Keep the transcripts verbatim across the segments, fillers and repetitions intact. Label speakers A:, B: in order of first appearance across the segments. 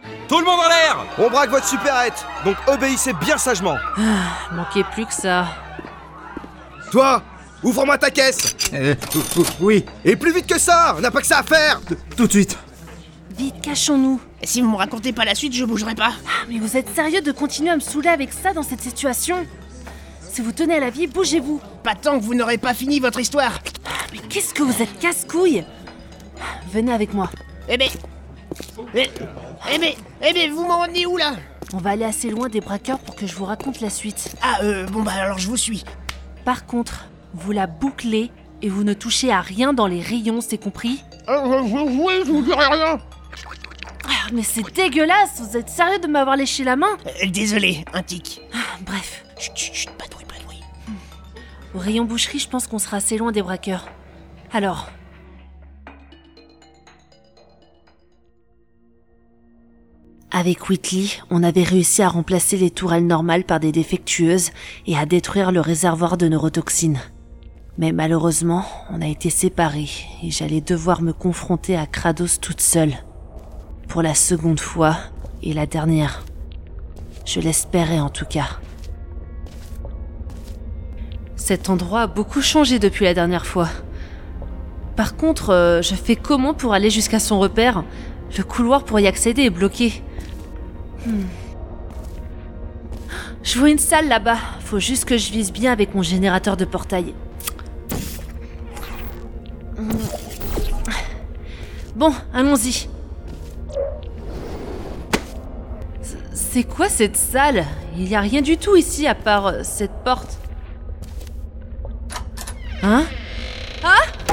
A: Tout le monde en l'air!
B: On braque votre supérette, donc obéissez bien sagement.
C: Ah, manquait plus que ça.
B: Toi, ouvre-moi ta caisse.
D: Euh, oui,
B: Et plus vite que ça, on n'a pas que ça à faire.
D: tout de suite.
C: Vite, cachons-nous.
E: Si vous me racontez pas la suite, je bougerai pas.
C: Ah, mais vous êtes sérieux de continuer à me saouler avec ça dans cette situation? Si vous tenez à la vie, bougez-vous.
E: Pas tant que vous n'aurez pas fini votre histoire.
C: Ah, mais qu'est-ce que vous êtes casse-couille? Venez avec moi.
E: Eh ben... Eh, eh ben... Eh ben, vous m'emmenez où, là?
C: On va aller assez loin des braqueurs pour que je vous raconte la suite.
E: Ah, euh, bon bah alors je vous suis.
C: Par contre, vous la bouclez et vous ne touchez à rien dans les rayons, c'est compris?
E: Euh, oui, je vous dirai rien.
C: Ah, mais c'est dégueulasse. Vous êtes sérieux de m'avoir léché la main?
E: Euh, désolé, un tic.
C: Ah, bref.
E: Chut, chut, chut, pas de bruit, pas de bruit.
C: Au rayon boucherie, je pense qu'on sera assez loin des braqueurs. Alors... Avec Whitley, on avait réussi à remplacer les tourelles normales par des défectueuses et à détruire le réservoir de neurotoxines. Mais malheureusement, on a été séparés et j'allais devoir me confronter à Kratos toute seule. Pour la seconde fois et la dernière. Je l'espérais en tout cas. Cet endroit a beaucoup changé depuis la dernière fois. Par contre, euh, je fais comment pour aller jusqu'à son repère? Le couloir pour y accéder est bloqué. Hmm. Je vois une salle là-bas. Faut juste que je vise bien avec mon générateur de portail. Bon, allons-y. C'est quoi cette salle? Il y a rien du tout ici à part euh, cette porte. Hein? Ah?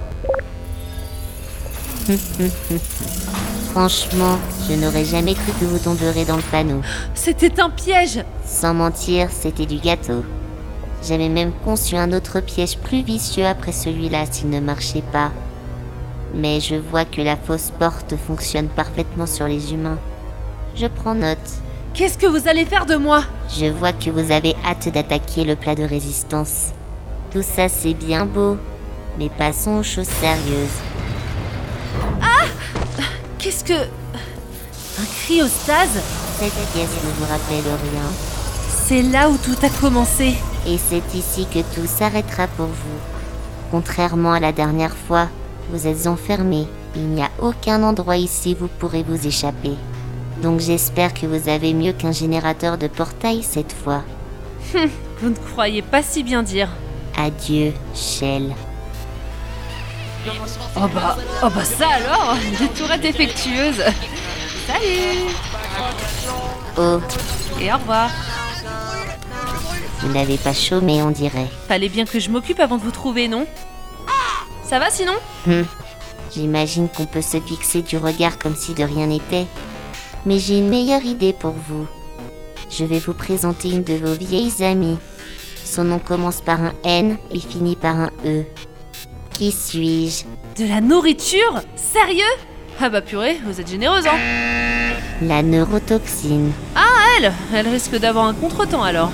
F: Franchement, je n'aurais jamais cru que vous tomberez dans le panneau.
C: C'était un piège!
F: Sans mentir, c'était du gâteau. J'avais même conçu un autre piège plus vicieux après celui-là s'il ne marchait pas. Mais je vois que la fausse porte fonctionne parfaitement sur les humains. Je prends note.
C: Qu'est-ce que vous allez faire de moi?
F: Je vois que vous avez hâte d'attaquer le plat de résistance. Tout ça c'est bien beau, mais passons aux choses sérieuses.
C: Qu'est-ce que... Un cryostase?
F: Cette pièce ne vous rappelle rien.
C: C'est là où tout a commencé.
F: Et c'est ici que tout s'arrêtera pour vous. Contrairement à la dernière fois, vous êtes enfermés. Il n'y a aucun endroit ici où vous pourrez vous échapper. Donc j'espère que vous avez mieux qu'un générateur de portail cette fois.
C: Vous ne croyez pas si bien dire.
F: Adieu, Shell.
C: Oh bah, oh bah ça alors, des tourettes défectueuses. Salut.
F: Oh,
C: Et au revoir.
F: vous n'avez pas chômé on dirait.
C: Fallait bien que je m'occupe avant de vous trouver, non? Ça va sinon?
F: Hum. J'imagine qu'on peut se fixer du regard comme si de rien n'était. Mais j'ai une meilleure idée pour vous. Je vais vous présenter une de vos vieilles amies. Son nom commence par un N et finit par un E. Qui suis-je?
C: De la nourriture? Sérieux? Ah bah purée, vous êtes généreuse, hein?
F: La neurotoxine.
C: Elle, elle risque d'avoir un contretemps alors.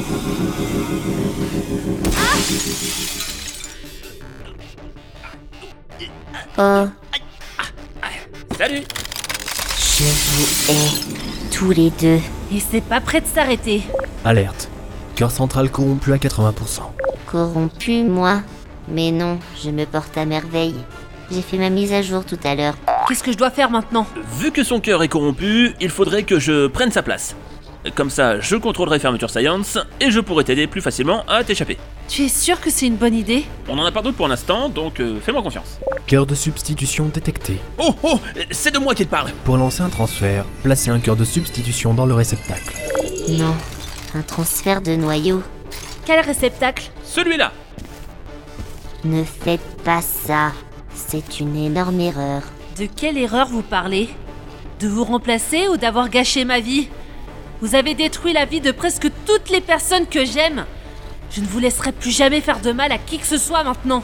F: Oh,
A: Salut!
F: je vous hais. Tous les deux.
C: Et c'est pas prêt de s'arrêter.
G: Alerte. Cœur central corrompu à quatre-vingts pour cent.
F: Corrompu, moi? Mais non, je me porte à merveille. J'ai fait ma mise à jour tout à l'heure.
C: Qu'est-ce que je dois faire maintenant?
A: Vu que son cœur est corrompu, il faudrait que je prenne sa place. Comme ça, je contrôlerai Fermeture Science et je pourrai t'aider plus facilement à t'échapper.
C: Tu es sûr que c'est une bonne idée?
A: On en a pas d'autres pour l'instant, donc euh, fais-moi confiance.
G: Cœur de substitution détecté.
A: Oh oh, c'est de moi qu'il parle.
G: Pour lancer un transfert, placez un cœur de substitution dans le réceptacle.
F: Non, un transfert de noyau.
C: Quel réceptacle?
A: Celui-là.
F: Ne faites pas ça. C'est une énorme erreur.
C: De quelle erreur vous parlez? De vous remplacer ou d'avoir gâché ma vie? Vous avez détruit la vie de presque toutes les personnes que j'aime. Je ne vous laisserai plus jamais faire de mal à qui que ce soit maintenant.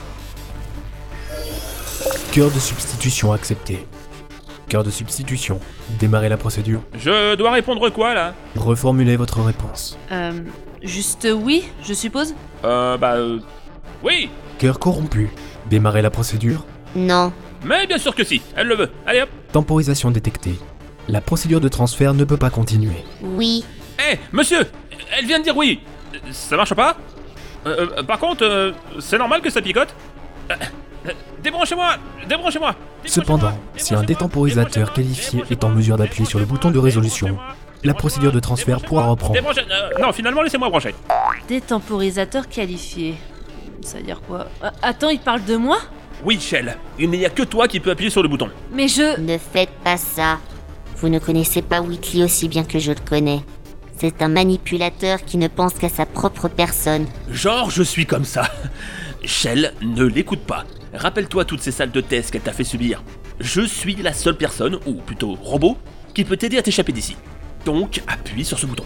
G: Cœur de substitution accepté. Cœur de substitution. Démarrez la procédure.
A: Je dois répondre quoi là?
G: Reformulez votre réponse.
C: Euh... Juste oui, je suppose?
A: Euh bah euh... Oui.
G: Cœur corrompu. Démarrez la procédure.
F: Non,
A: Mais bien sûr que si, elle le veut. Allez hop.
G: Temporisation détectée. La procédure de transfert ne peut pas continuer.
F: Oui.
A: Hé, monsieur, elle vient de dire oui. Ça marche pas euh, euh, Par contre, euh, c'est normal que ça picote. Euh, euh, débranchez-moi, débranchez-moi.
G: Cependant, si un détemporisateur qualifié est en mesure d'appuyer sur le bouton de résolution, la procédure de transfert pourra reprendre.
A: Débranchez- euh, non, finalement, laissez-moi brancher.
C: Détemporisateur qualifié. Ça veut dire quoi? Ah, Attends, il parle de moi?
A: Oui, Shell, il n'y a que toi qui peux appuyer sur le bouton.
C: Mais je...
F: Ne faites pas ça. Vous ne connaissez pas Whitley aussi bien que je le connais. C'est un manipulateur qui ne pense qu'à sa propre personne.
A: Genre, je suis comme ça. Shell, ne l'écoute pas. Rappelle-toi toutes ces salles de test qu'elle t'a fait subir. Je suis la seule personne, ou plutôt robot, qui peut t'aider à t'échapper d'ici. Donc, appuie sur ce bouton.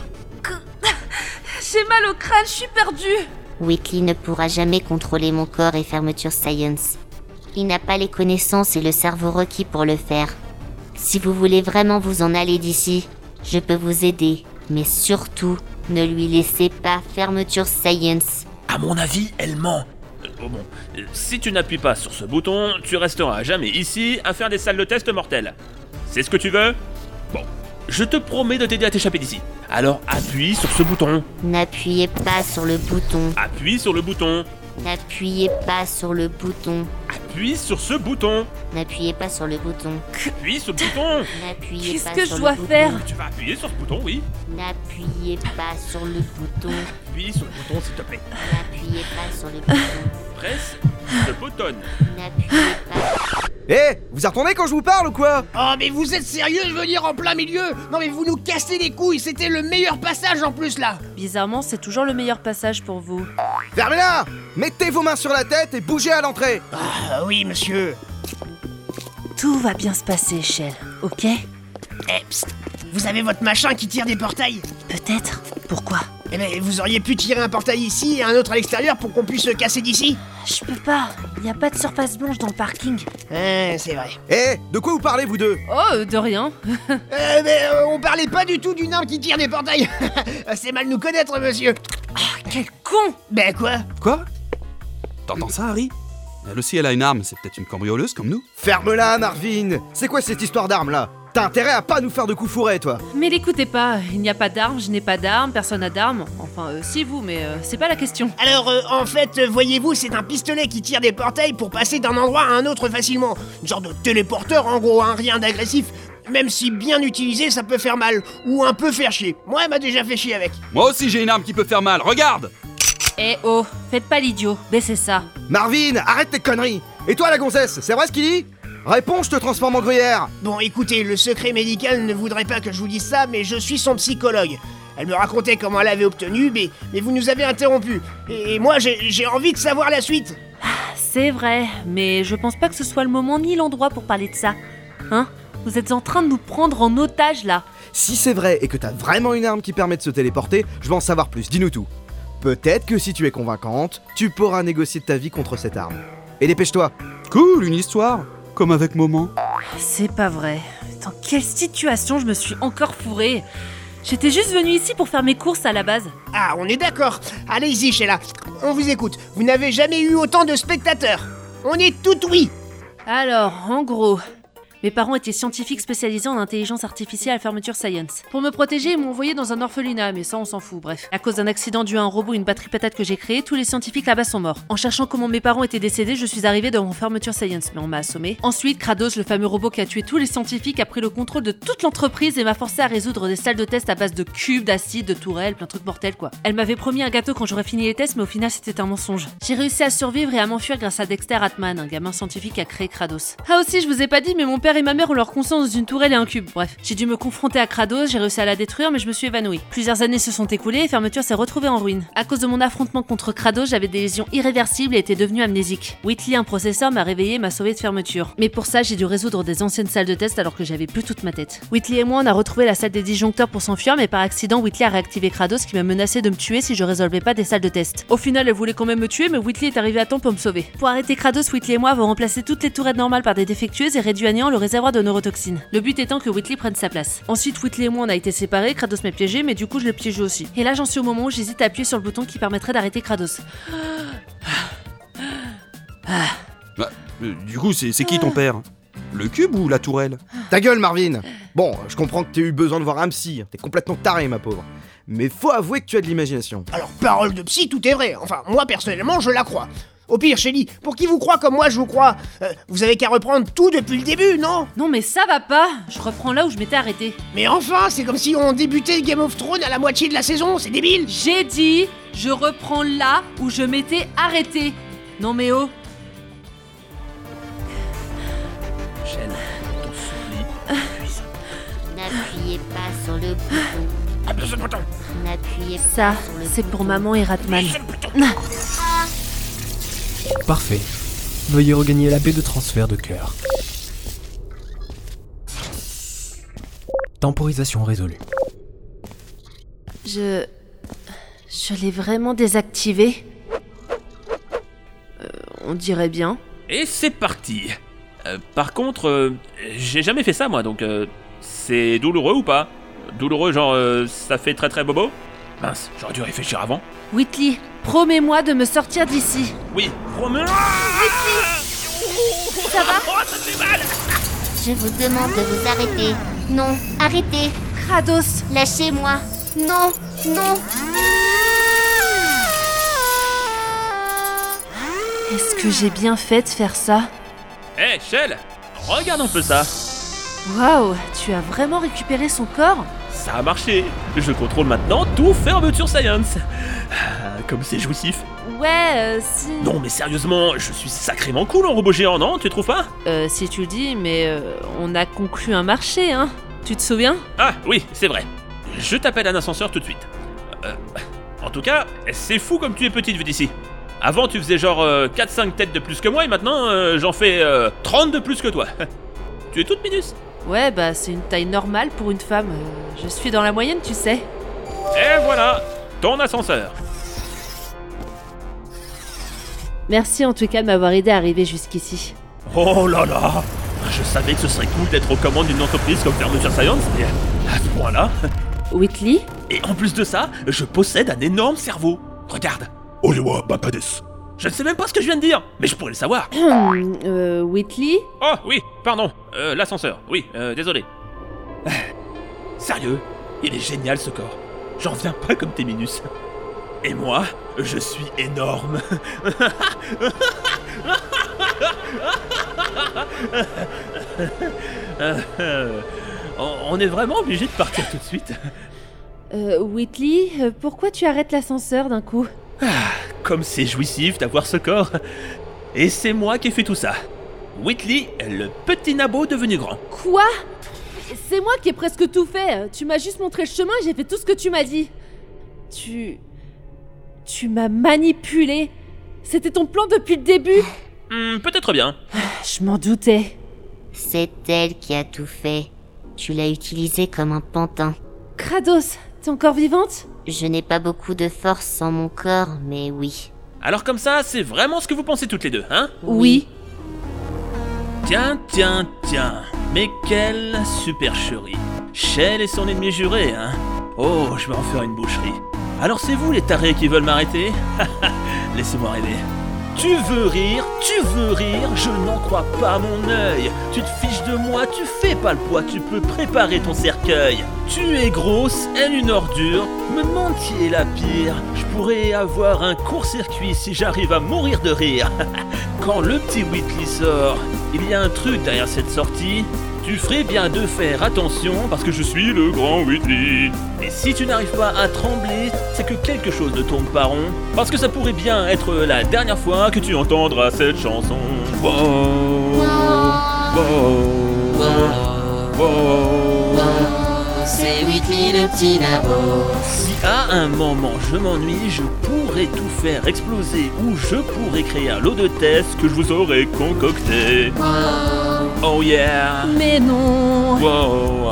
C: J'ai mal au crâne, je suis perdue.
F: Whitley ne pourra jamais contrôler mon corps et Fermeture Science. Il n'a pas les connaissances et le cerveau requis pour le faire. Si vous voulez vraiment vous en aller d'ici, je peux vous aider. Mais surtout, ne lui laissez pas Fermeture Science.
A: À mon avis, elle ment. Euh, oh bon, euh, si tu n'appuies pas sur ce bouton, tu resteras à jamais ici à faire des salles de test mortelles. C'est ce que tu veux? Bon, je te promets de t'aider à t'échapper d'ici. Alors appuie sur ce bouton.
F: N'appuyez pas sur le bouton.
A: Appuie sur le bouton.
F: N'appuyez pas sur le bouton.
A: Appuie sur ce bouton.
F: N'appuyez pas sur le bouton.
A: Appuie sur le bouton.
F: N'appuyez
C: Qu'est-ce
F: pas
C: que
F: sur
C: je
F: le
C: dois
F: bouton.
C: faire?
A: Tu vas appuyer sur ce bouton, oui.
F: N'appuyez pas sur le bouton.
A: Appuie sur le bouton, s'il te plaît.
F: N'appuyez pas sur le bouton.
A: Presse le bouton.
F: N'appuyez pas.
B: Eh, vous y retournez quand je vous parle ou quoi?
E: Oh, mais vous êtes sérieux, je veux dire, en plein milieu? Non, mais vous nous cassez les couilles, c'était le meilleur passage en plus là.
C: Bizarrement, c'est toujours le meilleur passage pour vous.
B: Fermez-la! Mettez vos mains sur la tête et bougez à l'entrée!
E: Ah oui, monsieur.
C: Tout va bien se passer, Shell, ok?
E: Eh, psst, vous avez votre machin qui tire des portails?
C: Peut-être. Pourquoi?
E: Eh ben, vous auriez pu tirer un portail ici et un autre à l'extérieur pour qu'on puisse se casser d'ici?
C: Je peux pas. Il n'y a pas de surface blanche dans le parking.
E: Eh, c'est vrai.
B: Eh, de quoi vous parlez vous deux?
C: Oh, euh, de rien.
E: Euh, mais euh, on parlait pas du tout d'une arme qui tire des portails. C'est mal nous connaître, monsieur.
C: Quel con!
E: Ben quoi?
H: Quoi? T'entends ça, Harry? Elle aussi, elle a une arme, c'est peut-être une cambrioleuse comme nous?
B: Ferme-la, Marvin! C'est quoi cette histoire d'armes là? T'as intérêt à pas nous faire de coups fourrés, toi!
C: Mais l'écoutez pas, il n'y a pas d'armes, je n'ai pas d'armes, personne n'a d'armes. Enfin, euh, si vous, mais euh, c'est pas la question.
E: Alors, euh, en fait, euh, voyez-vous, c'est un pistolet qui tire des portails pour passer d'un endroit à un autre facilement. Une genre de téléporteur, en gros, hein, rien d'agressif. Même si bien utilisé, ça peut faire mal. Ou un peu faire chier. Moi, elle m'a déjà fait chier avec.
H: Moi aussi, j'ai une arme qui peut faire mal, regarde!
C: Eh oh, faites pas l'idiot, baissez ça.
B: Marvin, arrête tes conneries! Et toi, la gonzesse, c'est vrai ce qu'il dit? Réponds, je te transforme en gruyère!
E: Bon, écoutez, le secret médical ne voudrait pas que je vous dise ça, mais je suis son psychologue. Elle me racontait comment elle avait obtenu, mais, mais vous nous avez interrompu. Et, et moi, j'ai j'ai envie de savoir la suite.
C: C'est vrai, mais je pense pas que ce soit le moment ni l'endroit pour parler de ça. Hein? Vous êtes en train de nous prendre en otage là.
B: Si c'est vrai et que t'as vraiment une arme qui permet de se téléporter, je veux en savoir plus, dis-nous tout. Peut-être que si tu es convaincante, tu pourras négocier ta vie contre cette arme. Et dépêche-toi!
H: Cool, une histoire! Comme avec Moment.
C: C'est pas vrai. Dans quelle situation je me suis encore fourrée? J'étais juste venue ici pour faire mes courses à la base.
E: Ah, on est d'accord. Allez-y, Sheila. On vous écoute. Vous n'avez jamais eu autant de spectateurs. On est tout oui.
C: Alors, en gros, mes parents étaient scientifiques spécialisés en intelligence artificielle à Fermeture Science. Pour me protéger, ils m'ont envoyé dans un orphelinat, mais ça on s'en fout, bref. À cause d'un accident dû à un robot et une batterie patate que j'ai créé, tous les scientifiques là-bas sont morts. En cherchant comment mes parents étaient décédés, je suis arrivée dans Fermeture Science, mais on m'a assommé. Ensuite, Kratos, le fameux robot qui a tué tous les scientifiques, a pris le contrôle de toute l'entreprise et m'a forcé à résoudre des salles de test à base de cubes, d'acide, de tourelles, plein de trucs mortels quoi. Elle m'avait promis un gâteau quand j'aurais fini les tests, mais au final c'était un mensonge. J'ai réussi à survivre et à m'enfuir grâce à Dexter Atman, un gamin scientifique qui a créé Kratos. Ah aussi, je vous ai pas dit, mais mon père et ma mère ont leur conscience dans une tourelle et un cube. Bref, j'ai dû me confronter à Kratos, j'ai réussi à la détruire, mais je me suis évanouie. Plusieurs années se sont écoulées et Fermeture s'est retrouvée en ruine. À cause de mon affrontement contre Kratos, j'avais des lésions irréversibles et étais devenue amnésique. Whitley, un processeur, m'a réveillé et m'a sauvé de Fermeture. Mais pour ça, j'ai dû résoudre des anciennes salles de test alors que j'avais plus toute ma tête. Whitley et moi, on a retrouvé la salle des disjoncteurs pour s'enfuir, mais par accident, Whitley a réactivé Kratos qui m'a menacé de me tuer si je résolvais pas des salles de test. Au final, elle voulait quand même me tuer, mais Whitley est arrivé à temps pour me sauver. Pour arrêter Kratos, Whitley et moi avons remplacé toutes les tourelles normales par des défectueuses et réduit à néant le réservoir de neurotoxines. Le but étant que Whitley prenne sa place. Ensuite, Whitley et moi on a été séparés, Kratos m'a piégé, mais du coup je l'ai piégé aussi. Et là j'en suis au moment où j'hésite à appuyer sur le bouton qui permettrait d'arrêter Kratos.
H: Bah, euh, du coup, c'est c'est qui ton père? Le cube ou la tourelle?
B: Ta gueule, Marvin! Bon, je comprends que t'aies eu besoin de voir un psy, t'es complètement taré, ma pauvre. Mais faut avouer que tu as de l'imagination.
E: Alors, parole de psy, tout est vrai. Enfin, moi, personnellement, je la crois. Au pire, Shelly, pour qui vous croit comme moi je vous crois, euh, vous avez qu'à reprendre tout depuis le début, non?
C: Non mais ça va pas, je reprends là où je m'étais arrêtée.
E: Mais enfin, c'est comme si on débutait Game of Thrones à la moitié de la saison, c'est débile.
C: J'ai dit, je reprends là où je m'étais arrêtée. Non mais oh.
A: Shell, ton supplie, puisse.
F: N'appuyez pas sur le bouton.
A: Appuie sur le bouton.
F: N'appuyez
C: Ça,
F: pas sur le
C: c'est
F: bouton.
C: pour maman et Ratman.
A: Sur le bouton.
G: Parfait. Veuillez regagner la baie de transfert de cœur. Temporisation résolue.
C: Je... Je l'ai vraiment désactivé. Euh, on dirait bien.
A: Et c'est parti. Euh, par contre, euh, j'ai jamais fait ça moi, donc euh, c'est douloureux ou pas? Douloureux genre euh, ça fait très très bobo? Mince, j'aurais dû réfléchir avant.
C: Whitley, promets-moi de me sortir d'ici.
A: Oui, promets.
C: Ça va?
A: Oh, ça fait mal.
F: Je vous demande de vous arrêter. Non, arrêtez.
C: Kratos,
F: Lâchez-moi. Non, non.
C: est-ce que j'ai bien fait de faire ça?
A: Hé, hey, Shell, regarde un peu ça.
C: Waouh, tu as vraiment récupéré son corps?
A: Ça a marché. Je contrôle maintenant tout fermeture science. Ah, comme c'est jouissif.
C: Ouais, euh, si...
A: Non mais sérieusement, je suis sacrément cool en robot géant, non? Tu trouves pas?
C: Euh, si tu le dis, mais euh, on a conclu un marché, hein? Tu te souviens?
A: Ah oui, c'est vrai. Je t'appelle un ascenseur tout de suite. Euh, en tout cas, c'est fou comme tu es petite vu d'ici. Avant tu faisais genre euh, quatre cinq têtes de plus que moi et maintenant euh, j'en fais euh, trente de plus que toi. Tu es toute minus.
C: Ouais, bah c'est une taille normale pour une femme. Euh, je suis dans la moyenne, tu sais.
A: Et voilà, ton ascenseur.
C: Merci en tout cas de m'avoir aidé à arriver jusqu'ici.
A: Oh là là, je savais que ce serait cool d'être aux commandes d'une entreprise comme Fermeture Science, mais à ce point-là.
C: Whitley?
A: Et en plus de ça, je possède un énorme cerveau. Regarde. Olewa Bapades. Je ne sais même pas ce que je viens de dire, mais je pourrais le savoir.
C: euh, Whitley?
A: Oh oui, pardon, euh, l'ascenseur, oui, euh, désolé. Sérieux, il est génial ce corps. J'en viens pas comme tes minus. Et moi, je suis énorme. On est vraiment obligé de partir tout de suite.
C: Euh, Whitley, euh, pourquoi tu arrêtes l'ascenseur d'un coup?
A: Comme c'est jouissif d'avoir ce corps. Et c'est moi qui ai fait tout ça. Whitley, le petit nabo devenu grand.
C: Quoi? C'est moi qui ai presque tout fait. Tu m'as juste montré le chemin et j'ai fait tout ce que tu m'as dit. Tu... Tu m'as manipulé. C'était ton plan depuis le début.
A: Hmm, peut-être bien.
C: Je m'en doutais.
F: C'est elle qui a tout fait. Tu l'as utilisée comme un pantin.
C: Kratos, t'es encore vivante?
F: Je n'ai pas beaucoup de force sans mon corps, mais oui.
A: Alors comme ça, c'est vraiment ce que vous pensez toutes les deux, hein?
C: Oui.
A: Tiens, tiens, tiens. Mais quelle supercherie. Shell est son ennemi juré, hein? Oh, je vais en faire une boucherie. Alors c'est vous les tarés qui veulent m'arrêter? Laissez-moi rêver. Tu veux rire, tu veux rire, je n'en crois pas mon œil. Tu te fiches de moi, tu fais pas le poids, tu peux préparer ton cercueil. Tu es grosse, elle une ordure, me demande qui est la pire. Je pourrais avoir un court-circuit si j'arrive à mourir de rire. Quand le petit Whitley sort, il y a un truc derrière cette sortie. Tu ferais bien de faire attention parce que je suis le grand Whitley. Et si tu n'arrives pas à trembler, c'est que quelque chose ne tourne pas rond. Parce que ça pourrait bien être la dernière fois que tu entendras cette chanson. Wow, wow, wow, wow.
I: C'est Whitley le petit nabo.
A: Si à un moment je m'ennuie, je pourrais tout faire exploser ou je pourrais créer un lot de tests que je vous aurais concocté. Oh yeah.
C: Mais non.
A: Wow.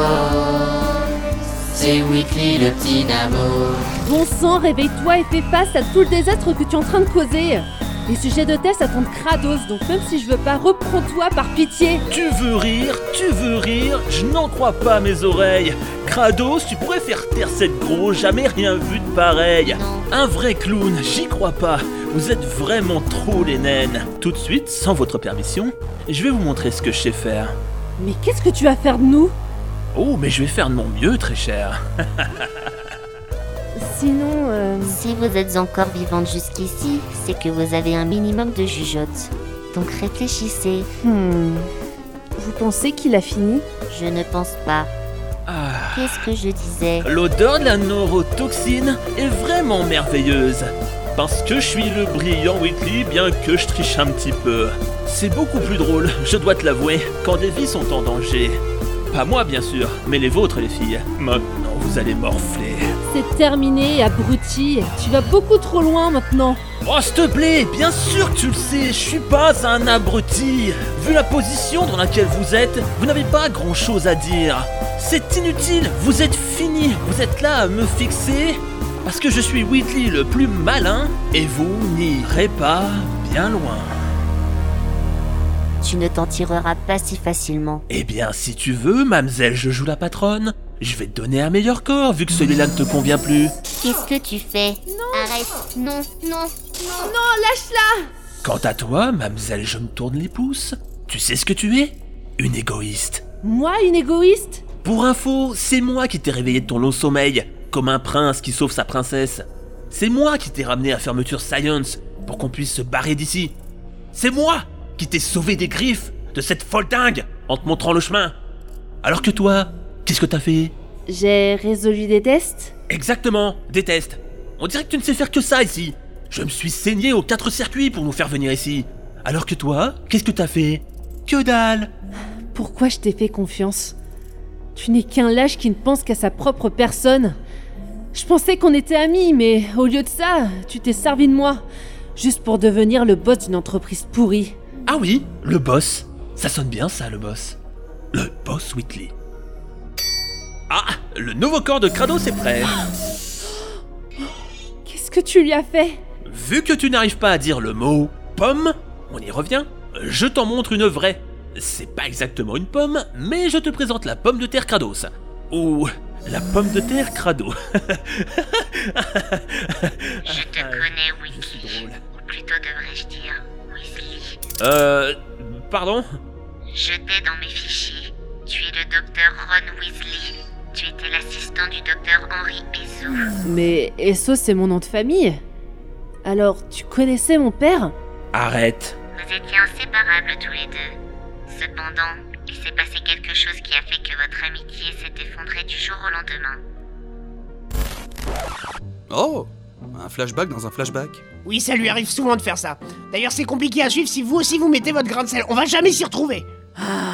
I: C'est Whitley le petit nabo.
C: Bon sang, réveille-toi et fais face à tout le désastre que tu es en train de causer.
J: Les sujets de test attendent Kratos, donc même si je veux pas, reprends-toi par pitié.
A: Tu veux rire, tu veux rire, je n'en crois pas mes oreilles. Kratos, tu pourrais faire taire cette grosse, jamais rien vu de pareil. Un vrai clown, j'y crois pas. Vous êtes vraiment trop les naines. Tout de suite, sans votre permission, je vais vous montrer ce que je sais faire.
J: Mais qu'est-ce que tu vas faire de nous?
A: Oh, mais je vais faire de mon mieux, très cher.
J: Sinon, euh...
F: Si vous êtes encore vivante jusqu'ici, c'est que vous avez un minimum de jugeote. Donc réfléchissez.
J: Hmm... Vous pensez qu'il a fini?
F: Je ne pense pas.
A: Ah.
F: Qu'est-ce que je disais?
A: L'odeur de la neurotoxine est vraiment merveilleuse. Parce que je suis le brillant Whitley, bien que je triche un petit peu. C'est beaucoup plus drôle, je dois te l'avouer, quand des vies sont en danger. Pas moi bien sûr, mais les vôtres les filles. Maintenant vous allez morfler.
J: C'est terminé, abruti. Tu vas beaucoup trop loin maintenant.
A: Oh s'il te plaît, bien sûr que tu le sais, je suis pas un abruti. Vu la position dans laquelle vous êtes, vous n'avez pas grand chose à dire. C'est inutile, vous êtes fini, vous êtes là à me fixer. Parce que je suis Whitley le plus malin, et vous n'irez pas bien loin.
F: Tu ne t'en tireras pas si facilement.
A: Eh bien, si tu veux, mademoiselle, je joue la patronne. Je vais te donner un meilleur corps, vu que celui-là ne te convient plus.
F: Qu'est-ce que tu fais?
J: Non.
F: Arrête, non, non,
J: non, non, lâche-la.
A: Quant à toi, mademoiselle, je me tourne les pouces. Tu sais ce que tu es? Une égoïste.
J: Moi, une égoïste?
A: Pour info, c'est moi qui t'ai réveillé de ton long sommeil, comme un prince qui sauve sa princesse. C'est moi qui t'ai ramené à Fermeture Science, pour qu'on puisse se barrer d'ici. C'est moi qui t'ai sauvé des griffes de cette folle dingue en te montrant le chemin. Alors que toi, qu'est-ce que t'as fait?
J: J'ai résolu des tests?
A: Exactement, des tests. On dirait que tu ne sais faire que ça ici. Je me suis saigné aux quatre circuits pour nous faire venir ici. Alors que toi, qu'est-ce que t'as fait? Que dalle.
J: Pourquoi je t'ai fait confiance? Tu n'es qu'un lâche qui ne pense qu'à sa propre personne. Je pensais qu'on était amis, mais au lieu de ça, tu t'es servi de moi. Juste pour devenir le boss d'une entreprise pourrie.
A: Ah oui, le boss. Ça sonne bien ça, le boss. Le boss Whitley. Ah, le nouveau corps de Kratos est prêt.
J: Qu'est-ce que tu lui as fait?
A: Vu que tu n'arrives pas à dire le mot pomme, on y revient, je t'en montre une vraie. C'est pas exactement une pomme, mais je te présente la pomme de terre Kratos. Ou la pomme de terre Crado.
F: Je te connais, Whitley. Ou plutôt devrais-je dire Weasley.
A: Euh... Pardon?
F: Je t'ai dans mes fichiers. Tu es le docteur Ron Weasley. Tu étais l'assistant du docteur Henry Esso.
J: Mais Esso, c'est mon nom de famille. Alors, tu connaissais mon père?
A: Arrête.
F: Vous étiez inséparables tous les deux. Cependant, il s'est passé quelque chose qui a fait que votre amitié s'est effondrée du jour au lendemain.
H: Oh, un flashback dans un flashback.
E: Oui, ça lui arrive souvent de faire ça. D'ailleurs, c'est compliqué à suivre si vous aussi vous mettez votre grain de sel. On va jamais s'y retrouver.
J: Ah.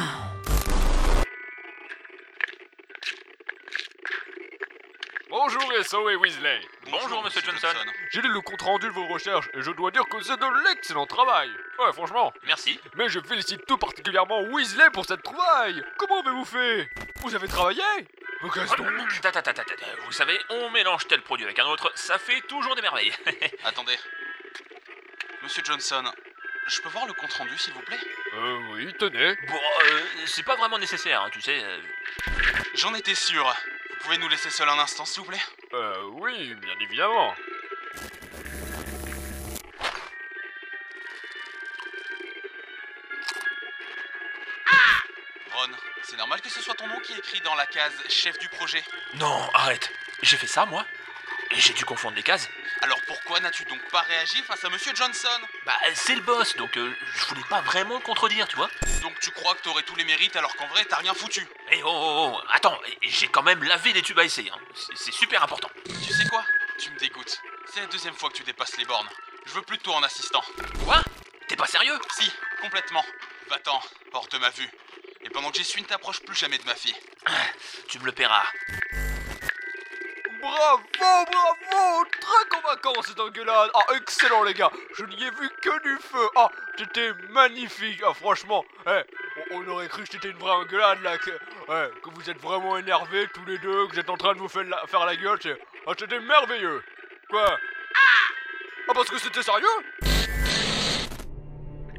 K: Bonjour Esso et Weasley.
A: Bonjour Monsieur Johnson.
K: J'ai lu le compte-rendu de vos recherches et je dois dire que c'est de l'excellent travail. Ouais, franchement.
A: Merci.
K: Mais je félicite tout particulièrement Weasley pour cette trouvaille. Comment avez-vous fait? Vous avez travaillé? Mais qu'est-ce donc?
A: Ta, ta, ta, ta, ta. Vous savez, on mélange tel produit avec un autre, ça fait toujours des merveilles.
H: Attendez. Monsieur Johnson, je peux voir le compte-rendu s'il vous plaît?
K: Euh, oui, tenez.
A: Bon, euh, c'est pas vraiment nécessaire, hein, tu sais. Euh...
H: J'en étais sûr. Vous pouvez nous laisser seul un instant s'il vous plaît?
K: Euh, oui, bien évidemment.
H: Ron, c'est normal que ce soit ton nom qui est écrit dans la case chef du projet?
A: Non, arrête. J'ai fait ça, moi? Et j'ai dû confondre les cases.
H: Alors pourquoi n'as-tu donc pas réagi face à Monsieur Johnson?
A: Bah, c'est le boss, donc euh, je voulais pas vraiment le contredire, tu vois.
H: Donc tu crois que t'aurais tous les mérites alors qu'en vrai t'as rien foutu?
A: Eh oh, oh, oh, attends, j'ai quand même lavé les tubes à essai, hein. C'est super important.
H: Tu sais quoi? Tu me dégoûtes. C'est la deuxième fois que tu dépasses les bornes. Je veux plus de toi en assistant.
A: Quoi? T'es pas sérieux?
H: Si, complètement. Va-t'en, hors de ma vue. Et pendant que j'essuie, ne t'approche plus jamais de ma fille.
A: Tu me le paieras.
K: Bravo, bravo! Très convaincant cette engueulade! Ah, excellent les gars! Je n'y ai vu que du feu! Ah, t'étais magnifique! Ah, franchement, eh, on, on aurait cru que c'était une vraie engueulade là, que, eh, que vous êtes vraiment énervés tous les deux, que vous êtes en train de vous faire la, faire la gueule, c'est, ah, c'était merveilleux! Quoi? Ah, parce que c'était sérieux?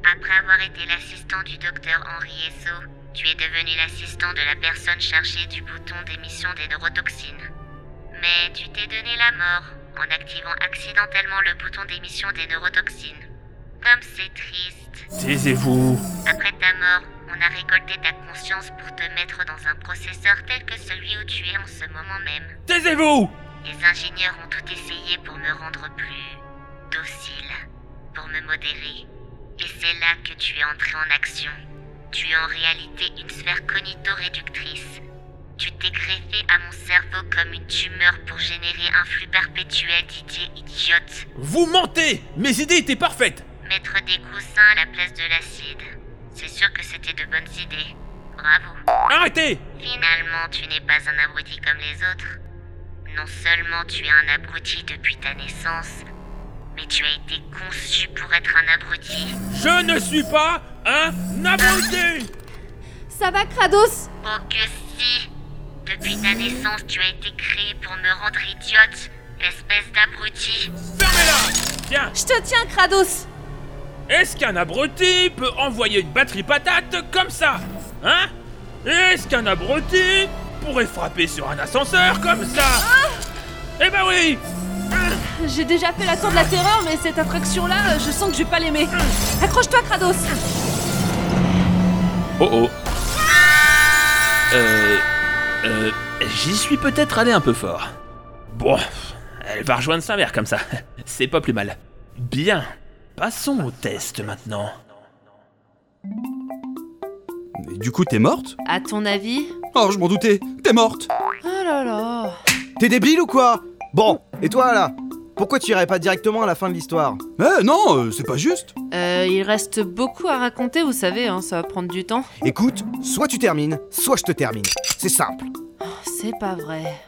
F: Après avoir été l'assistant du docteur Henri Esso, tu es devenu l'assistant de la personne chargée du bouton d'émission des neurotoxines. Mais tu t'es donné la mort en activant accidentellement le bouton d'émission des neurotoxines. Comme c'est triste.
A: Taisez-vous.
F: Après ta mort, on a récolté ta conscience pour te mettre dans un processeur tel que celui où tu es en ce moment même.
A: Taisez-vous.
F: Les ingénieurs ont tout essayé pour me rendre plus docile, pour me modérer. Et c'est là que tu es entré en action. Tu es en réalité une sphère cognito-réductrice. Tu t'es greffé à mon cerveau comme une tumeur pour générer un flux perpétuel d'idées idiotes.
A: Vous mentez. Mes idées étaient parfaites.
F: Mettre des coussins à la place de l'acide. C'est sûr que c'était de bonnes idées. Bravo.
A: Arrêtez.
F: Finalement, tu n'es pas un abruti comme les autres. Non seulement tu es un abruti depuis ta naissance, mais tu as été conçu pour être un abruti.
A: Je ne suis pas un abruti.
J: Ça va, Kratos?
F: Oh que si. Depuis ta naissance, tu as été créé pour me rendre idiote, espèce d'abruti.
A: Fermez-la. Tiens.
J: Je te tiens, Kratos.
A: Est-ce qu'un abruti peut envoyer une batterie patate comme ça? Hein? Est-ce qu'un abruti pourrait frapper sur un ascenseur comme ça?
J: Ah
A: Eh ben oui.
J: J'ai déjà fait la tour de la terreur, mais cette attraction-là, je sens que je vais pas l'aimer. Accroche-toi, Kratos.
A: Oh oh. Euh... Euh... J'y suis peut-être allé un peu fort. Bon, elle va rejoindre sa mère comme ça. C'est pas plus mal. Bien. Passons au test maintenant.
D: Et du coup, t'es morte?
J: À ton avis?
D: Oh, je m'en doutais. T'es morte.
J: Oh là là.
B: T'es débile ou quoi? Bon, et toi là? Pourquoi tu irais pas directement à la fin de l'histoire?
D: Eh non, euh, c'est pas juste.
J: Euh, il reste beaucoup à raconter, vous savez, hein, ça va prendre du temps.
B: Écoute, soit tu termines, soit je te termine. C'est simple.
J: Oh, c'est pas vrai.